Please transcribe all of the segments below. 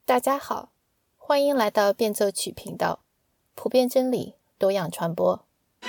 大家好，欢迎来到变奏曲频道，普遍真理，多样传播。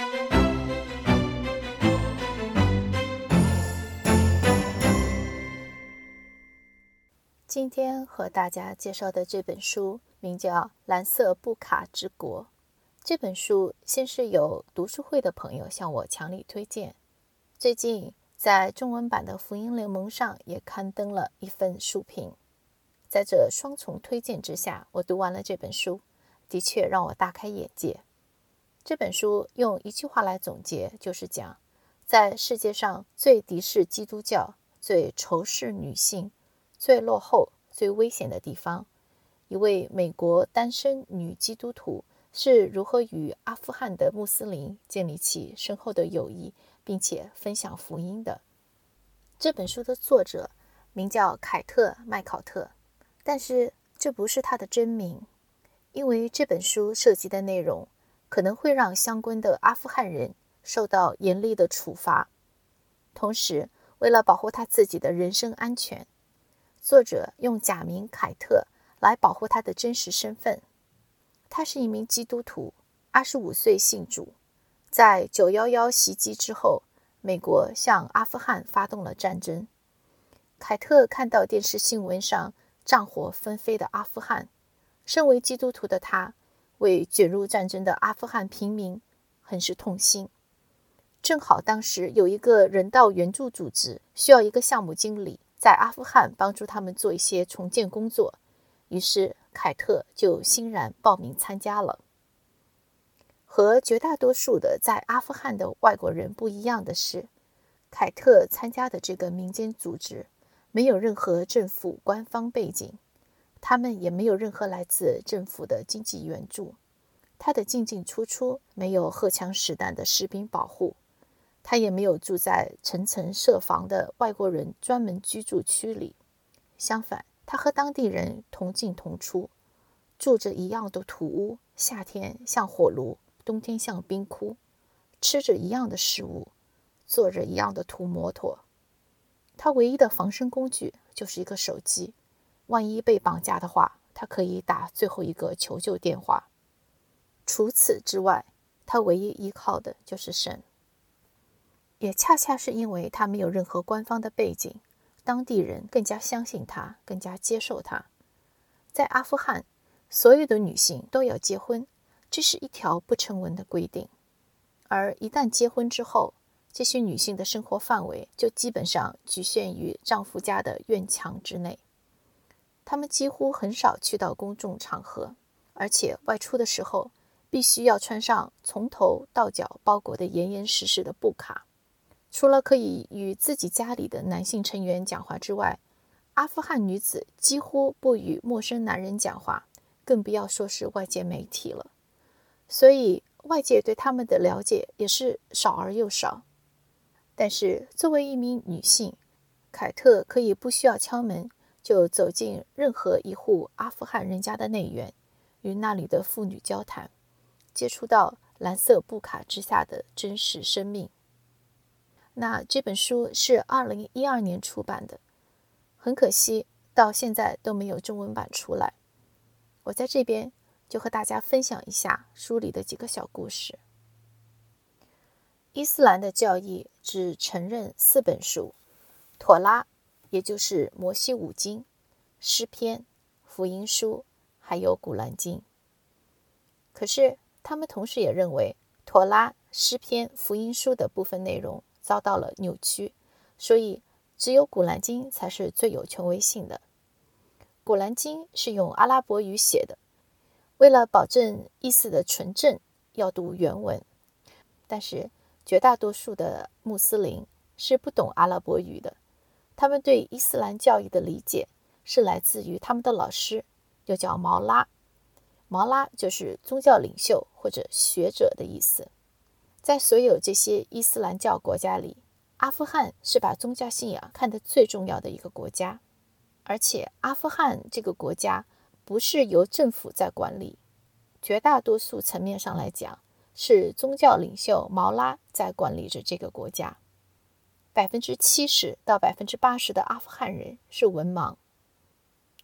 今天和大家介绍的这本书名叫《蓝色布卡之国》。这本书先是有读书会的朋友向我强力推荐，最近在中文版的福音联盟上也刊登了一份书评。在这双重推荐之下，我读完了这本书，的确让我大开眼界。这本书用一句话来总结，就是讲，在世界上最敌视基督教、最仇视女性、最落后、最危险的地方，一位美国单身女基督徒是如何与阿富汗的穆斯林建立起深厚的友谊，并且分享福音的。这本书的作者名叫凯特·麦考特，但是这不是他的真名，因为这本书涉及的内容可能会让相关的阿富汗人受到严厉的处罚。同时，为了保护他自己的人身安全，作者用假名凯特来保护他的真实身份。他是一名基督徒，25岁信主。在911袭击之后，美国向阿富汗发动了战争。凯特看到电视新闻上战火纷飞的阿富汗，身为基督徒的他为卷入战争的阿富汗平民很是痛心。正好当时有一个人道援助组织需要一个项目经理在阿富汗帮助他们做一些重建工作，于是凯特就欣然报名参加了。和绝大多数的在阿富汗的外国人不一样的是，凯特参加的这个民间组织没有任何政府官方背景，他们也没有任何来自政府的经济援助，他的进进出出没有荷枪实弹的士兵保护，他也没有住在层层设防的外国人专门居住区里。相反，他和当地人同进同出，住着一样的土屋，夏天像火炉，冬天像冰窟，吃着一样的食物，坐着一样的土摩托。他唯一的防身工具就是一个手机，万一被绑架的话，他可以打最后一个求救电话。除此之外，他唯一依靠的就是神。也恰恰是因为他没有任何官方的背景，当地人更加相信他，更加接受他。在阿富汗，所有的女性都要结婚，这是一条不成文的规定。而一旦结婚之后，这些女性的生活范围就基本上局限于丈夫家的院墙之内。她们几乎很少去到公众场合，而且外出的时候必须要穿上从头到脚包裹得严严实实的布卡。除了可以与自己家里的男性成员讲话之外，阿富汗女子几乎不与陌生男人讲话，更不要说是外界媒体了。所以外界对他们的了解也是少而又少。但是作为一名女性，凯特可以不需要敲门就走进任何一户阿富汗人家的内院，与那里的妇女交谈，接触到蓝色布卡之下的真实生命。那这本书是2012年出版的，很可惜到现在都没有中文版出来。我在这边就和大家分享一下书里的几个小故事。伊斯兰的教义只承认4本书：妥拉，也就是摩西五经、诗篇、福音书，还有古兰经。可是他们同时也认为妥拉、诗篇、福音书的部分内容遭到了扭曲，所以只有古兰经才是最有权威性的。古兰经是用阿拉伯语写的，为了保证意思的纯正，要读原文。但是绝大多数的穆斯林是不懂阿拉伯语的，他们对伊斯兰教义的理解是来自于他们的老师，又叫毛拉。毛拉就是宗教领袖或者学者的意思。在所有这些伊斯兰教国家里，阿富汗是把宗教信仰看得最重要的一个国家。而且阿富汗这个国家不是由政府在管理，绝大多数层面上来讲，是宗教领袖毛拉在管理着这个国家。70%到80%的阿富汗人是文盲。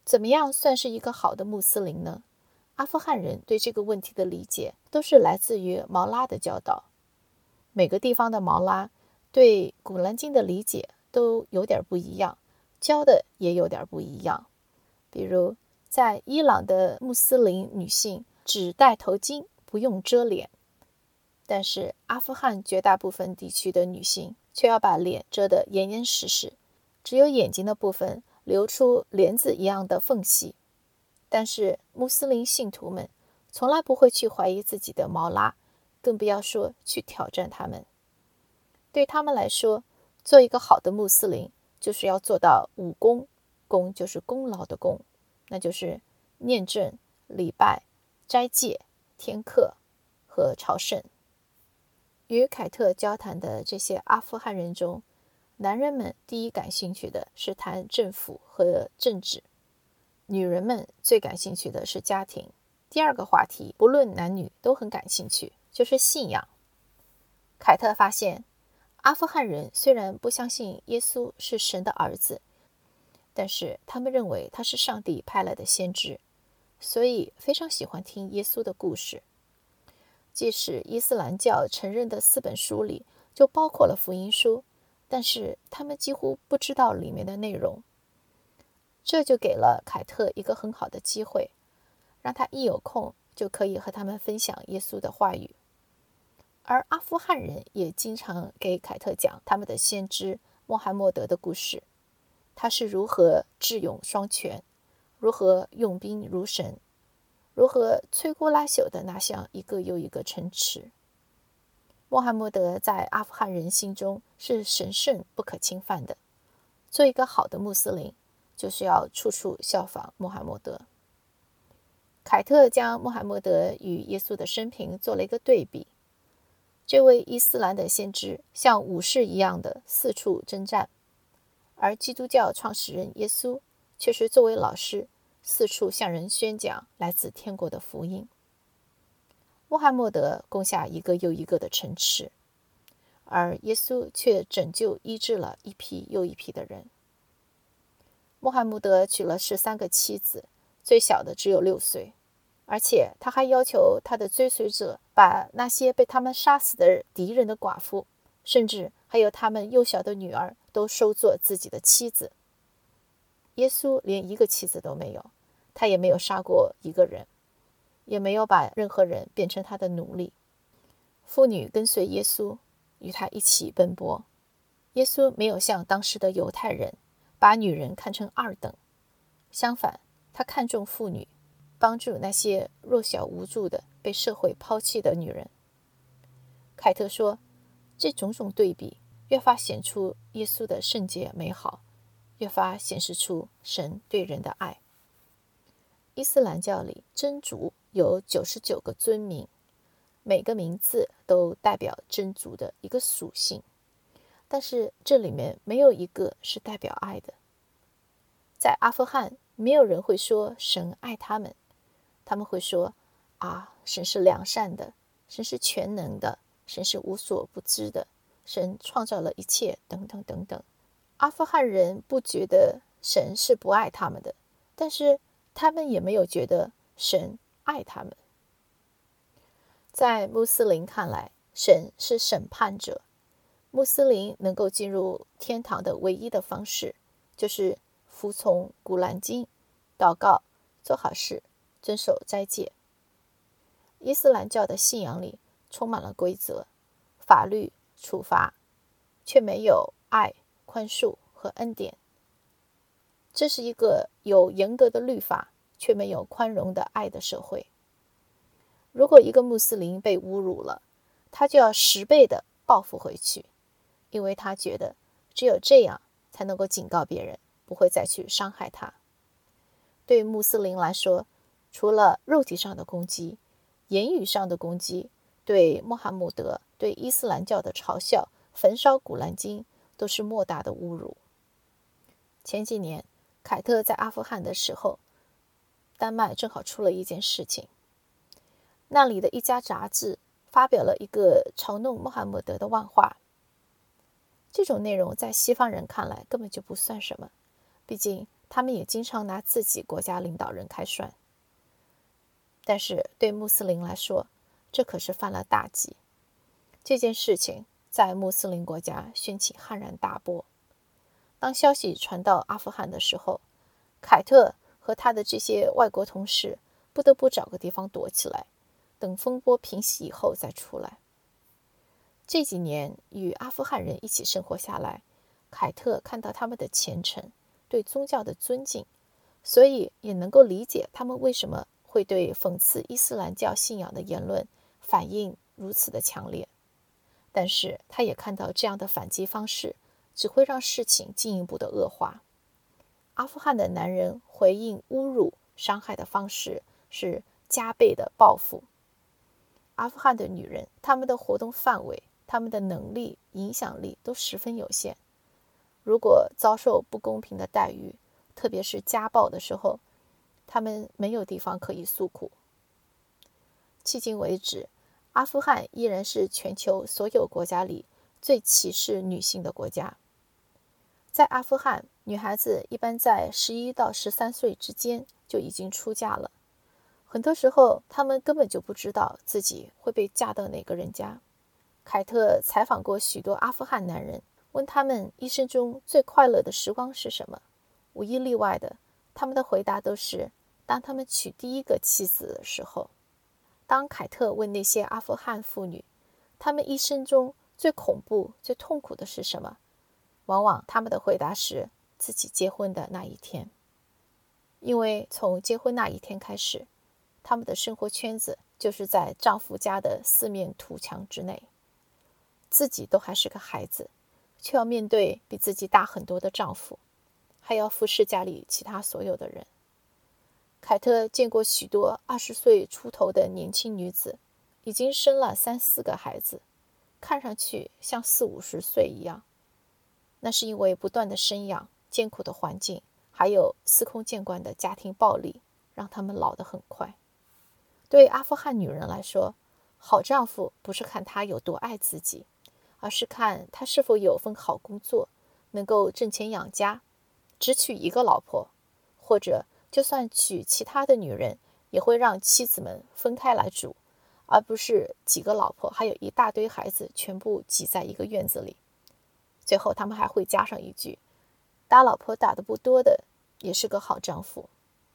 怎么样算是一个好的穆斯林呢？阿富汗人对这个问题的理解都是来自于毛拉的教导。每个地方的毛拉对古兰经的理解都有点不一样，教的也有点不一样。比如在伊朗的穆斯林女性只戴头巾，不用遮脸，但是阿富汗绝大部分地区的女性却要把脸遮得严严实实，只有眼睛的部分留出帘子一样的缝隙。但是穆斯林信徒们从来不会去怀疑自己的毛拉，更不要说去挑战他们。对他们来说，做一个好的穆斯林就是要做到五功，功就是功劳的功，那就是念证、礼拜、斋戒、天课和朝圣。与凯特交谈的这些阿富汗人中，男人们第一感兴趣的是谈政府和政治，女人们最感兴趣的是家庭。第二个话题，不论男女都很感兴趣，就是信仰。凯特发现，阿富汗人虽然不相信耶稣是神的儿子，但是他们认为他是上帝派来的先知，所以非常喜欢听耶稣的故事。即使伊斯兰教承认的4本书里就包括了福音书，但是他们几乎不知道里面的内容。这就给了凯特一个很好的机会，让他一有空就可以和他们分享耶稣的话语。而阿富汗人也经常给凯特讲他们的先知穆罕默德的故事，他是如何智勇双全，如何用兵如神，如何摧枯拉朽地拿下一个又一个城池。穆罕默德在阿富汗人心中是神圣不可侵犯的，做一个好的穆斯林就是要处处效仿穆罕默德。凯特将穆罕默德与耶稣的生平做了一个对比。这位伊斯兰的先知像武士一样的四处征战，而基督教创始人耶稣却是作为老师四处向人宣讲来自天国的福音。穆罕默德攻下一个又一个的城池，而耶稣却拯救医治了一批又一批的人。穆罕默德娶了13个妻子，最小的只有6岁，而且他还要求他的追随者把那些被他们杀死的敌人的寡妇，甚至还有他们幼小的女儿都收作自己的妻子。耶稣连一个妻子都没有，他也没有杀过一个人，也没有把任何人变成他的奴隶。妇女跟随耶稣，与他一起奔波。耶稣没有像当时的犹太人把女人看成二等，相反，他看重妇女，帮助那些弱小无助的被社会抛弃的女人。凯特说，这种种对比越发显出耶稣的圣洁美好，越发显示出神对人的爱。伊斯兰教里真主有99个尊名，每个名字都代表真主的一个属性，但是这里面没有一个是代表爱的。在阿富汗，没有人会说神爱他们，他们会说神是良善的，神是全能的，神是无所不知的，神创造了一切，等等等等。阿富汗人不觉得神是不爱他们的，但是他们也没有觉得神爱他们。在穆斯林看来，神是审判者，穆斯林能够进入天堂的唯一的方式就是服从古兰经，祷告，做好事，遵守斋戒。伊斯兰教的信仰里充满了规则、法律、处罚，却没有爱、宽恕和恩典。这是一个有严格的律法却没有宽容的爱的社会。如果一个穆斯林被侮辱了，他就要10倍的报复回去，因为他觉得只有这样才能够警告别人不会再去伤害他。对穆斯林来说，除了肉体上的攻击，言语上的攻击，对穆罕默德、对伊斯兰教的嘲笑、焚烧古兰经，都是莫大的侮辱。前几年凯特在阿富汗的时候，丹麦正好出了一件事情，那里的一家杂志发表了一个嘲弄穆罕默德的漫画。这种内容在西方人看来根本就不算什么，毕竟他们也经常拿自己国家领导人开涮。但是对穆斯林来说，这可是犯了大忌。这件事情在穆斯林国家掀起撼然大波。当消息传到阿富汗的时候，凯特和他的这些外国同事不得不找个地方躲起来，等风波平息以后再出来。这几年与阿富汗人一起生活下来，凯特看到他们的虔诚，对宗教的尊敬，所以也能够理解他们为什么会对讽刺伊斯兰教信仰的言论反应如此的强烈。但是他也看到这样的反击方式只会让事情进一步的恶化。阿富汗的男人回应侮辱、伤害的方式是加倍的报复。阿富汗的女人，她们的活动范围、她们的能力、影响力都十分有限。如果遭受不公平的待遇，特别是家暴的时候，她们没有地方可以诉苦。迄今为止，阿富汗依然是全球所有国家里最歧视女性的国家。在阿富汗，女孩子一般在11到13岁之间就已经出嫁了。很多时候，她们根本就不知道自己会被嫁到哪个人家。凯特采访过许多阿富汗男人，问他们一生中最快乐的时光是什么，无一例外的，他们的回答都是当他们娶第一个妻子的时候。当凯特问那些阿富汗妇女，她们一生中最恐怖、最痛苦的是什么，往往他们的回答是自己结婚的那一天。因为从结婚那一天开始，他们的生活圈子就是在丈夫家的四面土墙之内，自己都还是个孩子，却要面对比自己大很多的丈夫，还要服侍家里其他所有的人。凯特见过许多20岁出头的年轻女子，已经生了3、4个孩子，看上去像40、50岁一样。那是因为不断的生养、艰苦的环境，还有司空见惯的家庭暴力，让他们老得很快。对阿富汗女人来说，好丈夫不是看他有多爱自己，而是看他是否有份好工作，能够挣钱养家。只娶一个老婆，或者就算娶其他的女人，也会让妻子们分开来住，而不是几个老婆还有一大堆孩子全部挤在一个院子里。最后他们还会加上一句，打老婆打得不多的也是个好丈夫。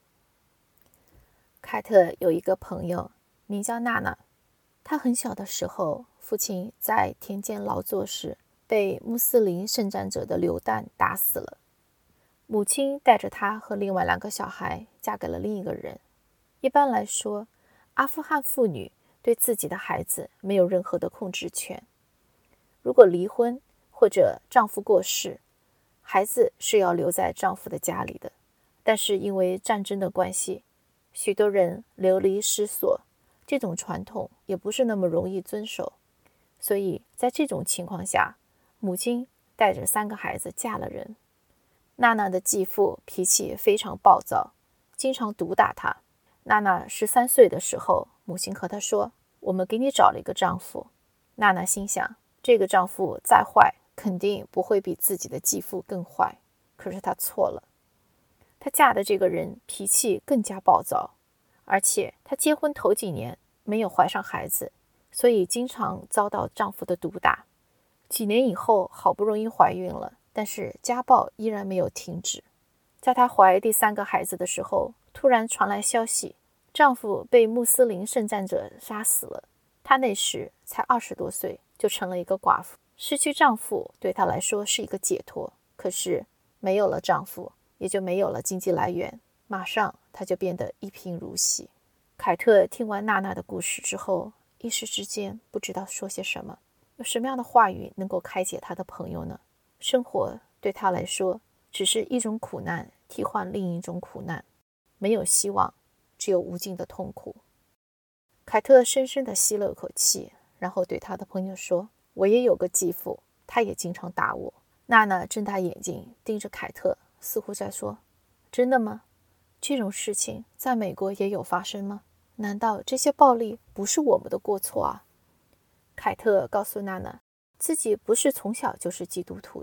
凯特有一个朋友名叫娜娜，她很小的时候，父亲在田间劳作时被穆斯林圣战者的榴弹打死了。母亲带着她和另外2个小孩嫁给了另一个人。一般来说，阿富汗妇女对自己的孩子没有任何的控制权。如果离婚或者丈夫过世，孩子是要留在丈夫的家里的。但是因为战争的关系，许多人流离失所，这种传统也不是那么容易遵守。所以在这种情况下，母亲带着3个孩子嫁了人。娜娜的继父脾气非常暴躁，经常毒打她。娜娜13岁的时候，母亲和她说，我们给你找了一个丈夫。娜娜心想，这个丈夫再坏，肯定不会比自己的继父更坏。可是她错了，她嫁的这个人脾气更加暴躁，而且她结婚头几年没有怀上孩子，所以经常遭到丈夫的毒打。几年以后好不容易怀孕了，但是家暴依然没有停止。在她怀第3个孩子的时候，突然传来消息，丈夫被穆斯林圣战者杀死了。她那时才20多岁，就成了一个寡妇。失去丈夫对她来说是一个解脱，可是没有了丈夫，也就没有了经济来源，马上她就变得一贫如洗。凯特听完娜娜的故事之后，一时之间不知道说些什么。有什么样的话语能够开解他的朋友呢？生活对他来说只是一种苦难替换另一种苦难，没有希望，只有无尽的痛苦。凯特深深地吸了口气，然后对他的朋友说，我也有个继父，他也经常打我。娜娜睁大眼睛盯着凯特，似乎在说，真的吗？这种事情在美国也有发生吗？难道这些暴力不是我们的过错啊？凯特告诉娜娜，自己不是从小就是基督徒的，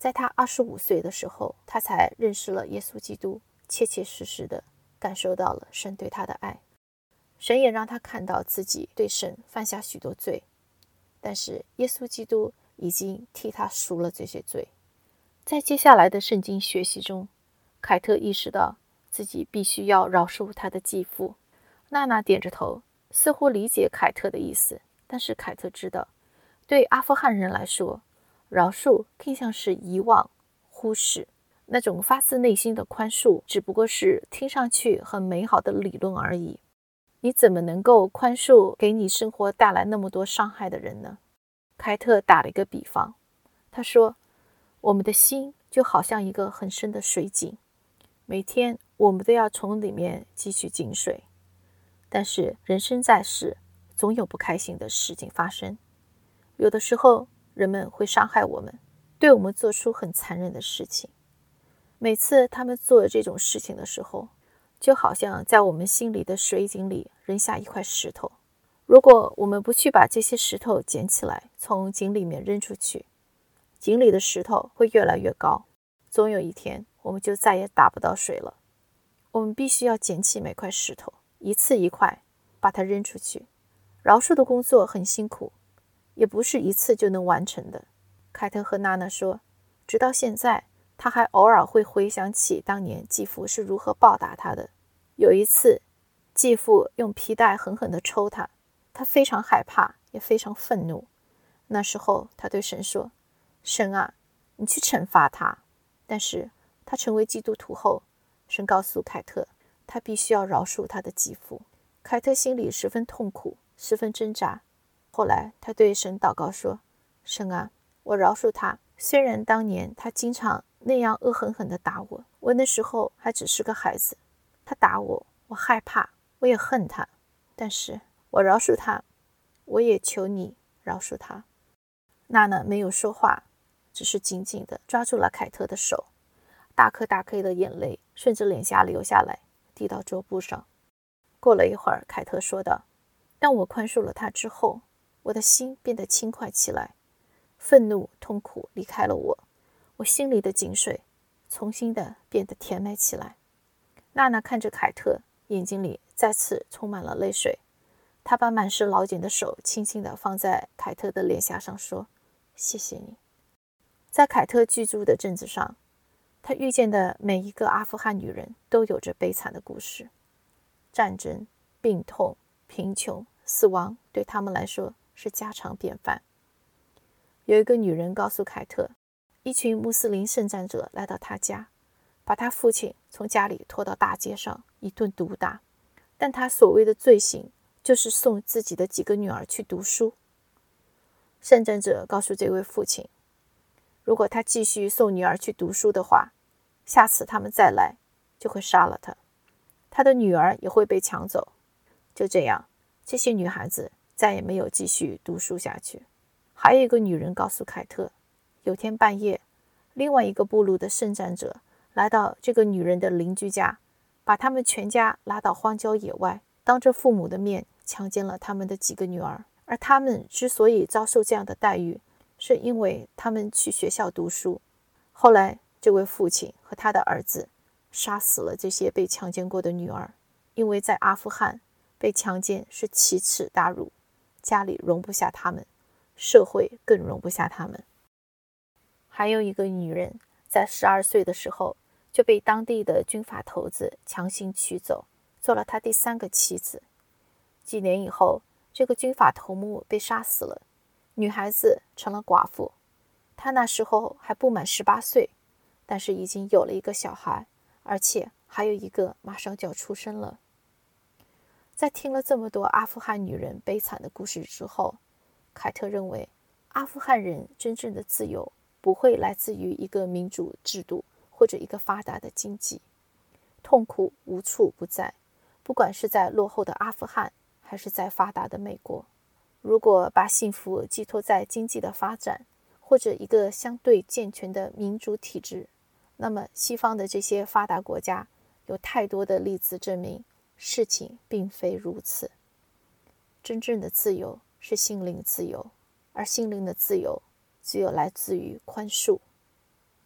在他25岁的时候，他才认识了耶稣基督，切切实实的感受到了神对他的爱。神也让他看到自己对神犯下许多罪，但是耶稣基督已经替他赎了这些罪。在接下来的圣经学习中，凯特意识到自己必须要饶恕他的继父。娜娜点着头，似乎理解凯特的意思，但是凯特知道，对阿富汗人来说，饶恕更像是遗忘、忽视。那种发自内心的宽恕只不过是听上去很美好的理论而已。你怎么能够宽恕给你生活带来那么多伤害的人呢？凯特打了一个比方，他说，我们的心就好像一个很深的水井，每天我们都要从里面汲取井水。但是人生在世，总有不开心的事情发生。有的时候，人们会伤害我们，对我们做出很残忍的事情。每次他们做这种事情的时候，就好像在我们心里的水井里扔下一块石头。如果我们不去把这些石头捡起来，从井里面扔出去，井里的石头会越来越高，总有一天我们就再也打不到水了。我们必须要捡起每块石头，一次一块把它扔出去。饶恕的工作很辛苦，也不是一次就能完成的。凯特和娜娜说，直到现在他还偶尔会回想起当年继父是如何报答他的。有一次，继父用皮带狠狠地抽他，他非常害怕，也非常愤怒。那时候他对神说，神啊，你去惩罚他。但是他成为基督徒后，神告诉凯特，他必须要饶恕他的继父。凯特心里十分痛苦，十分挣扎。后来他对神祷告说，神啊，我饶恕他，虽然当年他经常那样恶狠狠地打我，我那时候还只是个孩子，他打我，我害怕，我也恨他，但是我饶恕他，我也求你饶恕他。娜娜没有说话，只是紧紧地抓住了凯特的手，大颗大颗的眼泪顺着脸颊流下来，滴到桌布上。过了一会儿，凯特说道，当我宽恕了他之后，我的心变得轻快起来，愤怒、痛苦离开了我，我心里的井水重新的变得甜美起来。娜娜看着凯特，眼睛里再次充满了泪水。她把满是老茧的手轻轻地放在凯特的脸颊上，说，谢谢你。在凯特居住的镇子上，她遇见的每一个阿富汗女人都有着悲惨的故事。战争、病痛、贫穷、死亡对他们来说是家常便饭。有一个女人告诉凯特，一群穆斯林圣战者来到她家，把她父亲从家里拖到大街上一顿毒打，但他所谓的罪行就是送自己的几个女儿去读书。圣战者告诉这位父亲，如果他继续送女儿去读书的话，下次他们再来就会杀了他，他的女儿也会被抢走。就这样，这些女孩子再也没有继续读书下去。还有一个女人告诉凯特，有天半夜，另外一个部落的圣战者来到这个女人的邻居家，把他们全家拉到荒郊野外，当着父母的面强奸了他们的几个女儿。而他们之所以遭受这样的待遇，是因为他们去学校读书。后来这位父亲和他的儿子杀死了这些被强奸过的女儿，因为在阿富汗被强奸是奇耻大辱，家里容不下他们，社会更容不下他们。还有一个女人在12岁的时候就被当地的军阀头子强行娶走，做了他第3个妻子。几年以后，这个军阀头目被杀死了，女孩子成了寡妇。她那时候还不满18岁，但是已经有了一个小孩，而且还有一个马上就要出生了。在听了这么多阿富汗女人悲惨的故事之后，凯特认为阿富汗人真正的自由不会来自于一个民主制度或者一个发达的经济。痛苦无处不在，不管是在落后的阿富汗还是在发达的美国。如果把幸福寄托在经济的发展或者一个相对健全的民主体制，那么西方的这些发达国家有太多的例子证明事情并非如此。真正的自由是心灵自由，而心灵的自由只有来自于宽恕。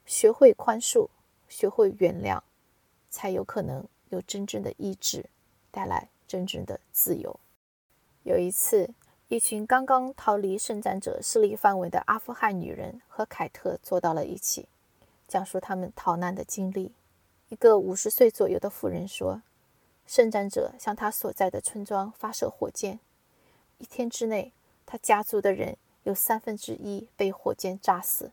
学会宽恕，学会原谅，才有可能有真正的医治，带来真正的自由。有一次，一群刚刚逃离圣战者势力范围的阿富汗女人和凯特坐到了一起，讲述他们逃难的经历。一个50岁左右的妇人说，圣战者向他所在的村庄发射火箭，1天之内，他家族的人有1/3被火箭炸死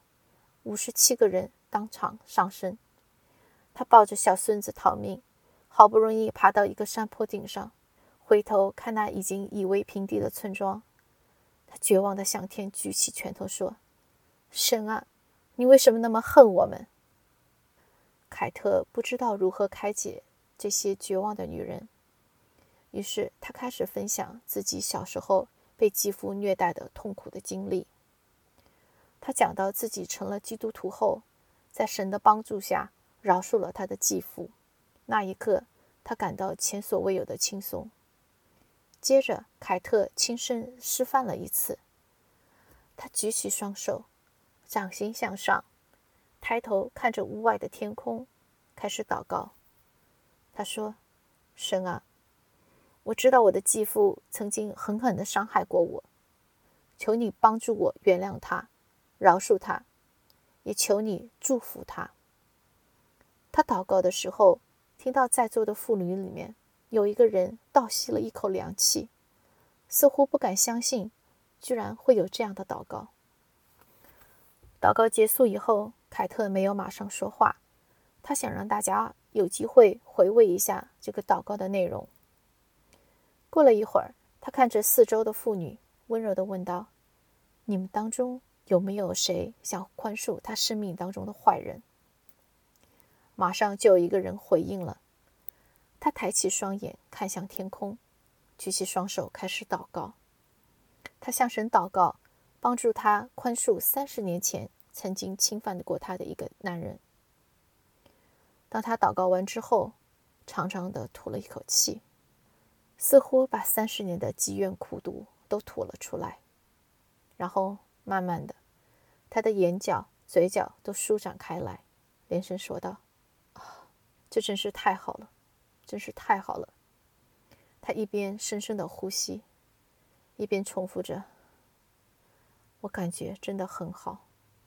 ，57个人当场丧生。他抱着小孙子逃命，好不容易爬到一个山坡顶上，回头看那已经夷为平地的村庄，他绝望地向天举起拳头说，神啊，你为什么那么恨我们？凯特不知道如何开解这些绝望的女人，于是他开始分享自己小时候被继父虐待的痛苦的经历。他讲到自己成了基督徒后，在神的帮助下饶恕了他的继父，那一刻他感到前所未有的轻松。接着凯特亲身示范了一次，他举起双手，掌心向上，抬头看着屋外的天空，开始祷告。他说，神啊，我知道我的继父曾经狠狠地伤害过我，求你帮助我原谅他，饶恕他，也求你祝福他。他祷告的时候，听到在座的妇女里面有一个人倒吸了一口凉气，似乎不敢相信居然会有这样的祷告。祷告结束以后，凯特没有马上说话，他想让大家有机会回味一下这个祷告的内容。过了一会儿，他看着四周的妇女，温柔地问道，你们当中有没有谁想宽恕他生命当中的坏人？马上就有一个人回应了，他抬起双眼看向天空，举起双手开始祷告。他向神祷告，帮助他宽恕30年前曾经侵犯过他的一个男人。当他祷告完之后，长长的吐了一口气，似乎把30年的积怨苦毒都吐了出来。然后慢慢的，他的眼角、嘴角都舒展开来，连声说道，这真是太好了，真是太好了。他一边深深的呼吸，一边重复着，我感觉真的很好。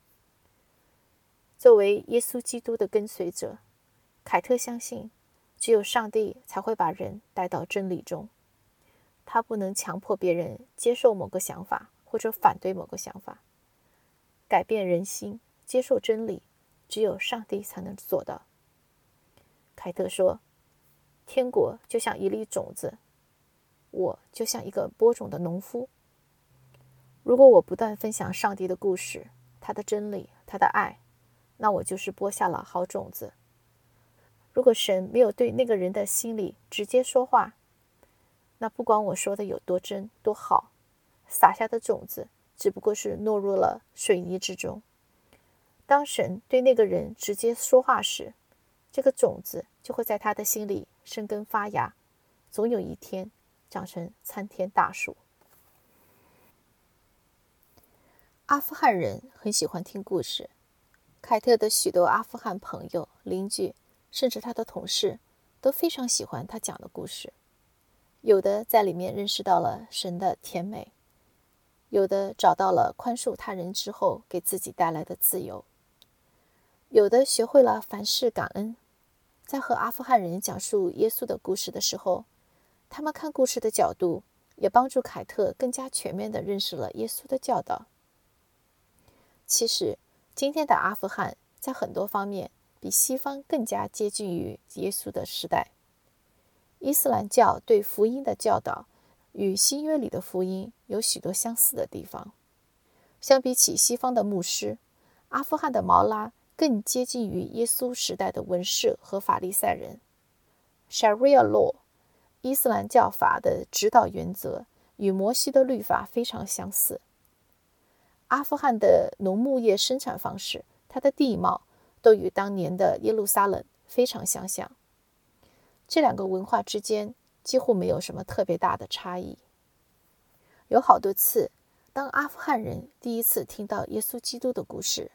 作为耶稣基督的跟随者，凯特相信只有上帝才会把人带到真理中。他不能强迫别人接受某个想法或者反对某个想法。改变人心，接受真理，只有上帝才能做到。凯特说，天国就像一粒种子，我就像一个播种的农夫。如果我不断分享上帝的故事，他的真理，他的爱，那我就是播下了好种子。如果神没有对那个人的心里直接说话，那不管我说的有多真多好，撒下的种子只不过是落入了水泥之中。当神对那个人直接说话时，这个种子就会在他的心里生根发芽，总有一天长成参天大树。阿富汗人很喜欢听故事，凯特的许多阿富汗朋友、邻居，甚至他的同事都非常喜欢他讲的故事。有的在里面认识到了神的甜美，有的找到了宽恕他人之后给自己带来的自由，有的学会了凡事感恩。在和阿富汗人讲述耶稣的故事的时候，他们看故事的角度也帮助凯特更加全面地认识了耶稣的教导。其实，今天的阿富汗在很多方面比西方更加接近于耶稣的时代。伊斯兰教对福音的教导与新约里的福音有许多相似的地方。相比起西方的牧师，阿富汗的毛拉更接近于耶稣时代的文士和法利赛人。Sharia law， 伊斯兰教法的指导原则与摩西的律法非常相似。阿富汗的农牧业生产方式，它的地貌都与当年的耶路撒冷非常相像。这两个文化之间几乎没有什么特别大的差异。有好多次，当阿富汗人第一次听到耶稣基督的故事，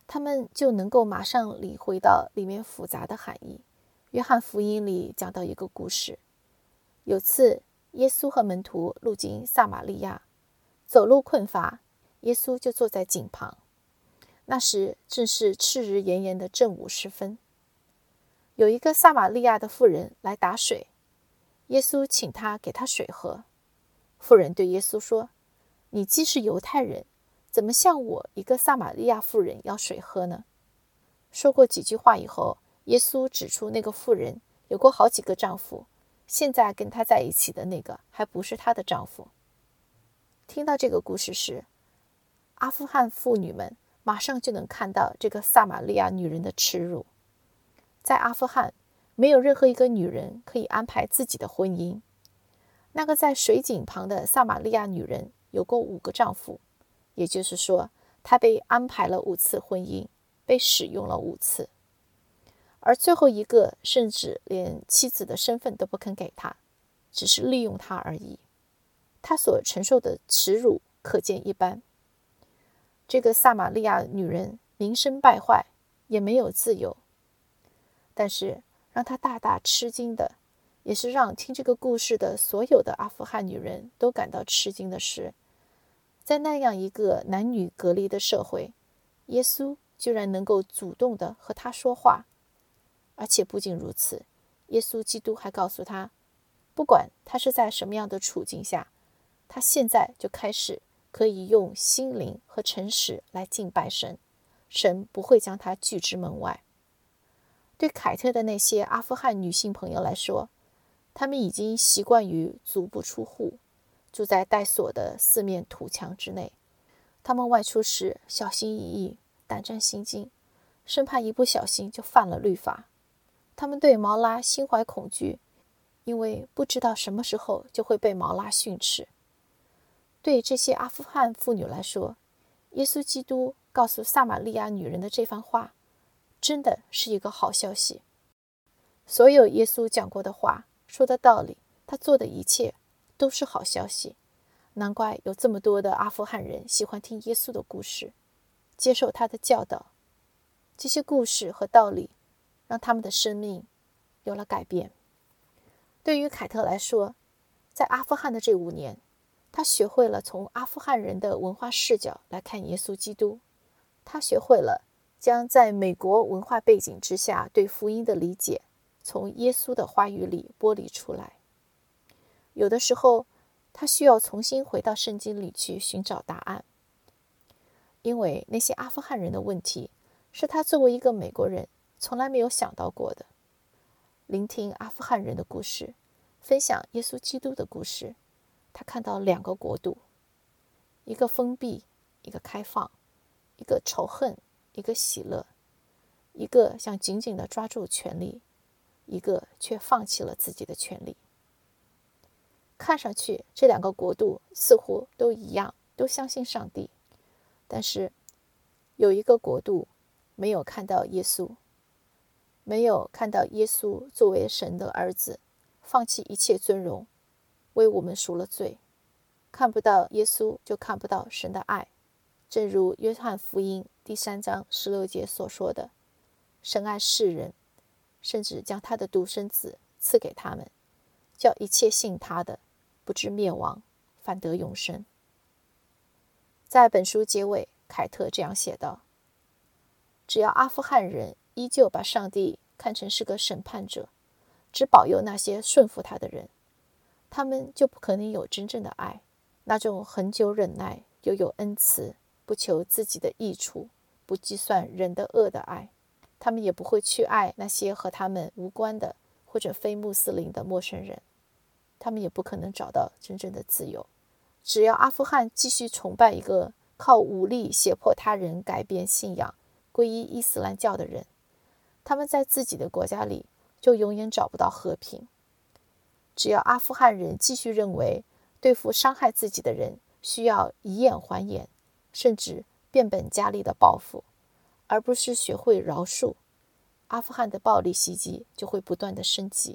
他们就能够马上理会到里面复杂的含义。约翰福音里讲到一个故事，有次耶稣和门徒路经撒玛利亚，走路困乏，耶稣就坐在井旁。那时正是赤日炎炎的正午时分，有一个撒玛利亚的妇人来打水，耶稣请她给她水喝。妇人对耶稣说：“你既是犹太人，怎么向我一个撒玛利亚妇人要水喝呢？”说过几句话以后，耶稣指出那个妇人有过好几个丈夫，现在跟她在一起的那个还不是她的丈夫。听到这个故事时，阿富汗妇女们马上就能看到这个撒玛利亚女人的耻辱。在阿富汗，没有任何一个女人可以安排自己的婚姻。那个在水井旁的撒玛利亚女人有过5个丈夫，也就是说，她被安排了5次婚姻，被使用了5次。而最后一个甚至连妻子的身份都不肯给她，只是利用她而已。她所承受的耻辱可见一斑。这个撒玛利亚女人名声败坏，也没有自由。但是让她大大吃惊的，也是让听这个故事的所有的阿富汗女人都感到吃惊的是，在那样一个男女隔离的社会，耶稣居然能够主动的和她说话。而且不仅如此，耶稣基督还告诉她，不管她是在什么样的处境下，她现在就开始可以用心灵和诚实来敬拜神，神不会将她拒之门外。对凯特的那些阿富汗女性朋友来说，她们已经习惯于足不出户，住在带锁的4面土墙之内。她们外出时小心翼翼，胆战心惊，生怕一不小心就犯了律法。她们对毛拉心怀恐惧，因为不知道什么时候就会被毛拉训斥。对这些阿富汗妇女来说，耶稣基督告诉撒玛利亚女人的这番话，真的是一个好消息。所有耶稣讲过的话，说的道理，他做的一切都是好消息。难怪有这么多的阿富汗人喜欢听耶稣的故事，接受他的教导。这些故事和道理让他们的生命有了改变。对于凯特来说，在阿富汗的这5年，他学会了从阿富汗人的文化视角来看耶稣基督。他学会了将在美国文化背景之下对福音的理解，从耶稣的话语里剥离出来。有的时候，他需要重新回到圣经里去寻找答案，因为那些阿富汗人的问题是他作为一个美国人从来没有想到过的。聆听阿富汗人的故事，分享耶稣基督的故事，他看到2个国度，一个封闭，一个开放，一个仇恨，一个喜乐，一个想紧紧地抓住权力，一个却放弃了自己的权利。看上去这2个国度似乎都一样，都相信上帝，但是有一个国度没有看到耶稣，没有看到耶稣作为神的儿子，放弃一切尊荣，为我们赎了罪。看不到耶稣，就看不到神的爱。正如约翰福音第3章16节所说的，神爱世人，甚至将他的独生子赐给他们，叫一切信他的不至灭亡，反得永生。在本书结尾，凯特这样写道：只要阿富汗人依旧把上帝看成是个审判者，只保佑那些顺服他的人，他们就不可能有真正的爱，那种恒久忍耐，又有恩慈，不求自己的益处，不计算人的恶的爱。他们也不会去爱那些和他们无关的或者非穆斯林的陌生人，他们也不可能找到真正的自由。只要阿富汗继续崇拜一个靠武力胁迫他人改变信仰、皈依伊斯兰教的人，他们在自己的国家里就永远找不到和平。只要阿富汗人继续认为对付伤害自己的人需要以眼还眼，甚至变本加厉的报复，而不是学会饶恕，阿富汗的暴力袭击就会不断的升级。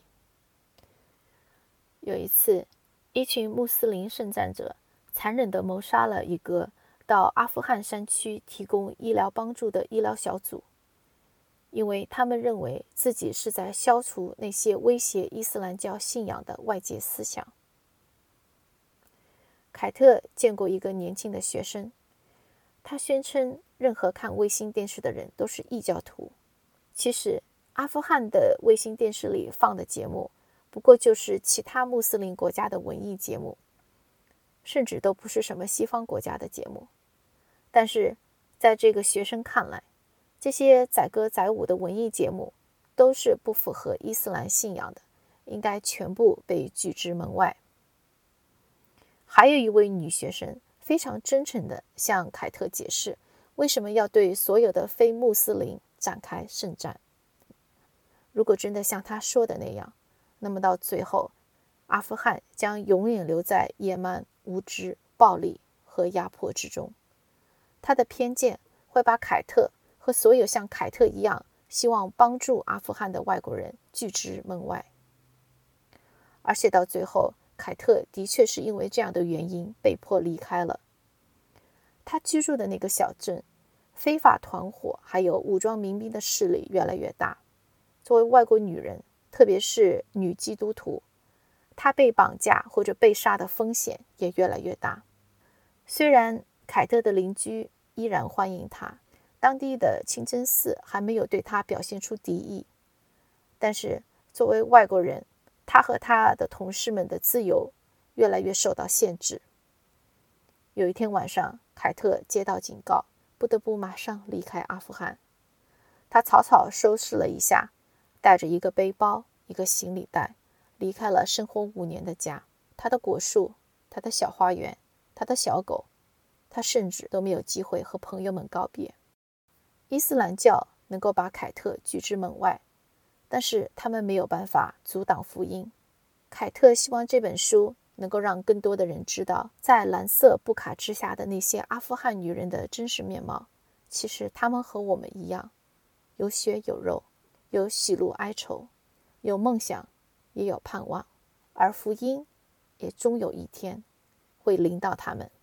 有一次，一群穆斯林圣战者残忍地谋杀了一个到阿富汗山区提供医疗帮助的医疗小组，因为他们认为自己是在消除那些威胁伊斯兰教信仰的外界思想。凯特见过一个年轻的学生，他宣称任何看卫星电视的人都是异教徒。其实阿富汗的卫星电视里放的节目不过就是其他穆斯林国家的文艺节目，甚至都不是什么西方国家的节目。但是在这个学生看来，这些载歌载舞的文艺节目都是不符合伊斯兰信仰的，应该全部被拒之门外。还有一位女学生非常真诚地向凯特解释为什么要对所有的非穆斯林展开圣战。如果真的像她说的那样，那么到最后，阿富汗将永远留在野蛮、无知、暴力和压迫之中。她的偏见会把凯特和所有像凯特一样希望帮助阿富汗的外国人拒之门外。而且到最后，凯特的确是因为这样的原因被迫离开了。他居住的那个小镇，非法团伙还有武装民兵的势力越来越大。作为外国女人，特别是女基督徒，她被绑架或者被杀的风险也越来越大。虽然凯特的邻居依然欢迎她，当地的清真寺还没有对她表现出敌意，但是作为外国人，他和他的同事们的自由越来越受到限制。有一天晚上，凯特接到警告，不得不马上离开阿富汗。他草草收拾了一下，带着一个背包、一个行李袋，离开了生活5年的家。他的果树、他的小花园、他的小狗，他甚至都没有机会和朋友们告别。伊斯兰教能够把凯特拒之门外，但是他们没有办法阻挡福音。凯特希望这本书能够让更多的人知道，在蓝色布卡之下的那些阿富汗女人的真实面貌。其实她们和我们一样，有血有肉，有喜怒哀愁，有梦想，也有盼望，而福音也终有一天会临到他们。